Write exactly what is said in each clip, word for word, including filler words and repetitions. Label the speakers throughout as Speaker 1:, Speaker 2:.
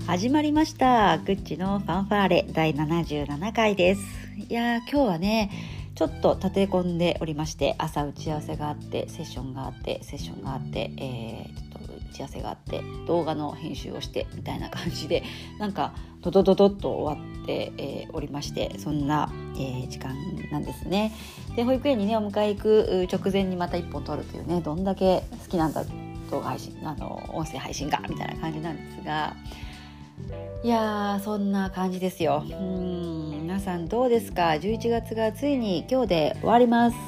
Speaker 1: 始まりました。グッチのファンファーレだいななじゅうななかいです。いやー今日はねちょっと立て込んでおりまして、朝打ち合わせがあってセッションがあってセッションがあって、えー、ちょっと打ち合わせがあって動画の編集をしてみたいな感じでなんかドドドドッと終わって、えー、おりまして、そんな、えー、時間なんですね。で保育園にねお迎え行く直前にまた一本撮るというね、どんだけ好きなんだ動画配信あの音声配信がみたいな感じなんですが、いやーそんな感じですよ。うーん皆さんどうですか。じゅういちがつがついに今日で終わります。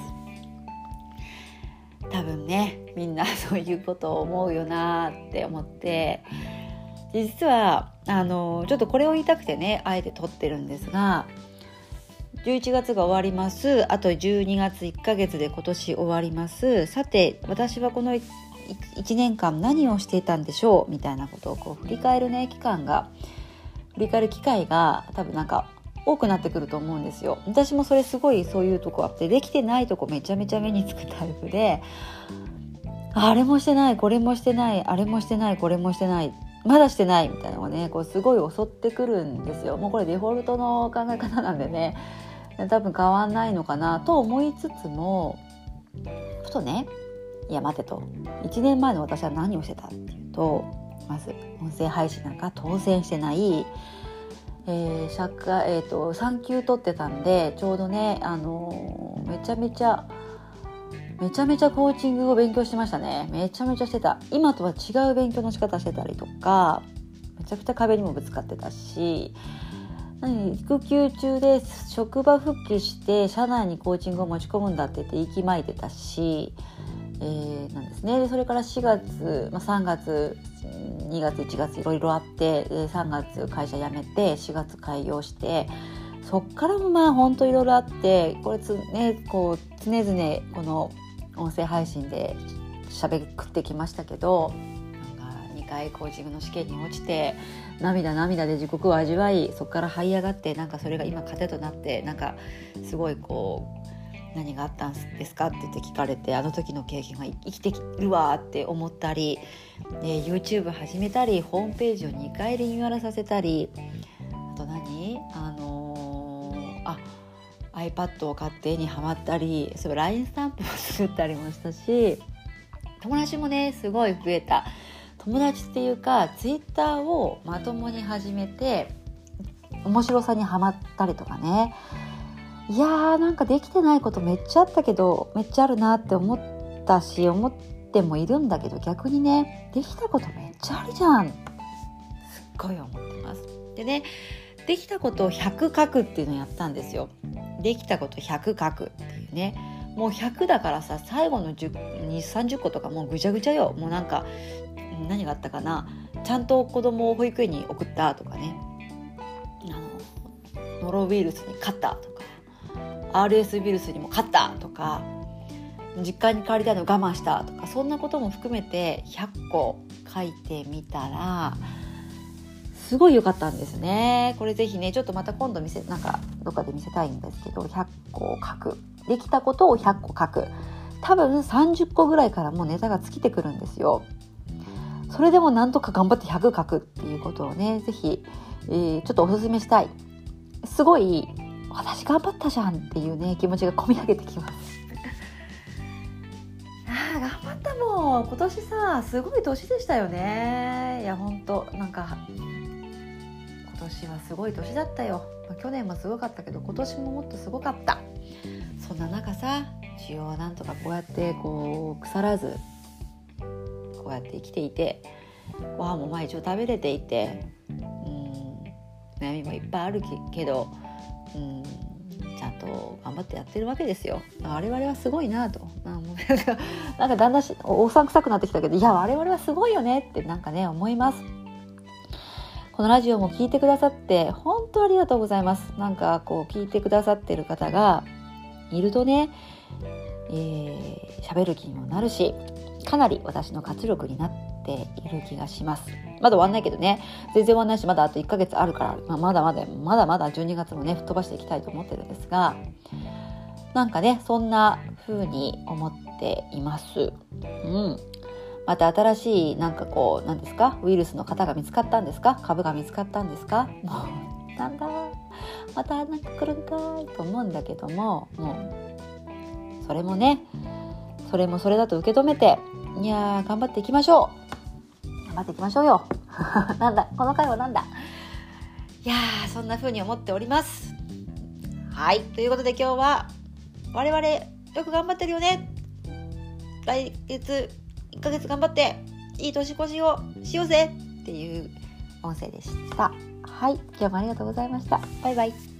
Speaker 1: 多分ねみんなそういうことを思うよなって思って、実はあのちょっとこれを言いたくてねあえて撮ってるんですが、じゅういちがつが終わります。あとじゅうにがついっかげつで今年終わります。さて私はこのいちねんかん何をしていたんでしょうみたいなことをこう振り返るね期間が振り返る機会が多分なんか多くなってくると思うんですよ。私もそれすごいそういうとこあって、できてないとこめちゃめちゃ目につくタイプで、あれもしてないこれもしてないあれもしてないこれもしてないまだしてないみたいなのがねこうすごい襲ってくるんですよ。もうこれデフォルトの考え方なんでね多分変わんないのかなと思いつつも、ふとねいや待てと、いちねんまえの私は何をしてたっていうと、まず音声配信なんか当然してない、えー社会えー、とさんきゅう取ってたんで、ちょうどね、あのーめちゃめちゃめちゃめちゃコーチングを勉強してましたね。めちゃめちゃしてた。今とは違う勉強の仕方してたりとか、めちゃくちゃ壁にもぶつかってたし、何育休中で職場復帰して社内にコーチングを持ち込むんだって言って息巻いてたし、えー、なんですね。でそれからしがつ、まあ、さんがつにがついちがついろいろあって、でさんがつ会社辞めてしがつ開業して、そっからもまあ本当いろいろあって、これつ、ね、こう常々この音声配信で喋ってきましたけど、なんかにかいコーチングの試験に落ちて涙涙で地獄を味わい、そこから這い上がって、なんかそれが今糧となって、なんかすごいこう何があったんですかって言って聞かれて、あの時の経験が生きてるわって思ったり、で YouTube 始めたりホームページをにかいリニューアルさせたり、あと何あのー、あ iPad を買って絵にハマったり、そう ライン スタンプを作ったりもしたし、友達もねすごい増えた。友達っていうか Twitter をまともに始めて面白さにハマったりとかね。いやーなんかできてないことめっちゃあったけど、めっちゃあるなって思ったし、思ってもいるんだけど、逆にねできたことめっちゃあるじゃん、すっごい思ってます。でね、できたことをひゃく書くっていうのをやったんですよ。できたことひゃく書くっていうね。もうひゃくだからさ、最後のじゅう、にじゅう、さんじゅっことかもうぐちゃぐちゃよ。もうなんか何があったかな、ちゃんと子供を保育園に送ったとかね、あのノロウイルスに勝ったとか、アールエス ウイルスにも勝ったとか、実家に帰りたいのを我慢したとか、そんなことも含めてひゃっこ書いてみたらすごい良かったんですね。これぜひねちょっとまた今度見せなんかどっかで見せたいんですけど、ひゃっこを書く、できたことをひゃっこ書く、多分さんじゅっこぐらいからもうネタが尽きてくるんですよ。それでもなんとか頑張ってひゃく書くっていうことをねぜひ、えー、ちょっとお勧めしたい。すごい私頑張ったじゃんっていうね気持ちが込み上げてきますあー頑張ったもん、今年さすごい年でしたよね。いやほんとなんか今年はすごい年だったよ。去年もすごかったけど今年ももっとすごかった。そんな中さ、需要はなんとかこうやってこう腐らずこうやって生きていて、ご飯も毎日食べれていて、うん、悩みもいっぱいあるけど、うん、ちゃんと頑張ってやってるわけですよ。我々はすごいなと、なんかなんかだんだんおさんくさくなってきたけど、いや我々はすごいよねってなんかね思います。このラジオも聞いてくださって本当ありがとうございます。なんかこう聞いてくださってる方がいるとね、えー、喋る気にもなるし、かなり私の活力になっている気がします。まだ終わんないけどね、全然終わんないし、まだあといっかげつあるから、まあ、まだまだまだまだじゅうにがつもね吹っ飛ばしていきたいと思ってるんですが、なんかねそんな風に思っています。うん、 また新しいなんかこうなんですか、ウイルスの型が見つかったんですか、株が見つかったんですか、もうなんだまたなんか来るんかいと思うんだけども、もうそれもねそれもそれだと受け止めて、いやー頑張っていきましょう頑張っていきましょうよなんだこの回はなんだ、いやーそんな風に思っております。はい、ということで今日は我々よく頑張ってるよね、来月いっかげつ頑張っていい年越しをしようぜっていう音声でした。はい、今日もありがとうございました。バイバイ。